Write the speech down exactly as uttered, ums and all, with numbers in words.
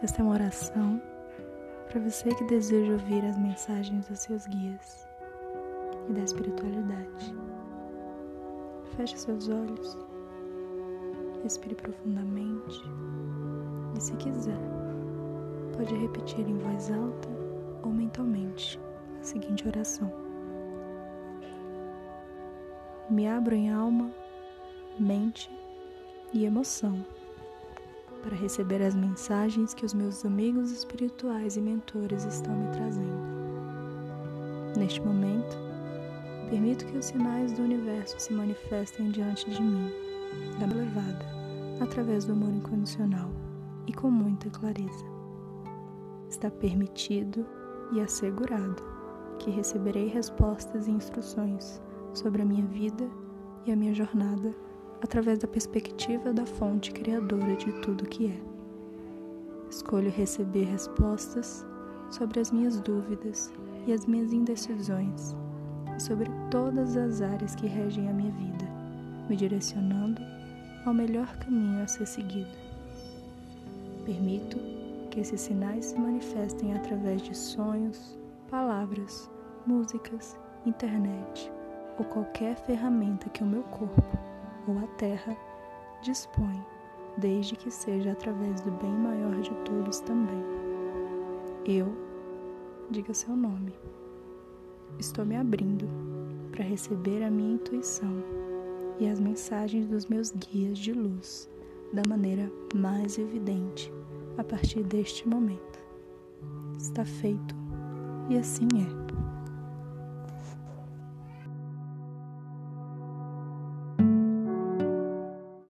Esta é uma oração para você que deseja ouvir as mensagens dos seus guias e da espiritualidade. Feche seus olhos, respire profundamente e, se quiser, pode repetir em voz alta ou mentalmente a seguinte oração: me abro em alma, mente e emoção para receber as mensagens que os meus amigos espirituais e mentores estão me trazendo. Neste momento, permito que os sinais do universo se manifestem diante de mim, da elevada, através do amor incondicional e com muita clareza. Está permitido e assegurado que receberei respostas e instruções sobre a minha vida e a minha jornada através da perspectiva da fonte criadora de tudo que é. Escolho receber respostas sobre as minhas dúvidas e as minhas indecisões e sobre todas as áreas que regem a minha vida, me direcionando ao melhor caminho a ser seguido. Permito que esses sinais se manifestem através de sonhos, palavras, músicas, internet ou qualquer ferramenta que o meu corpo ou a Terra dispõe, desde que seja através do bem maior de todos também. Eu, diga seu nome, estou me abrindo para receber a minha intuição e as mensagens dos meus guias de luz da maneira mais evidente a partir deste momento. Está feito e assim é.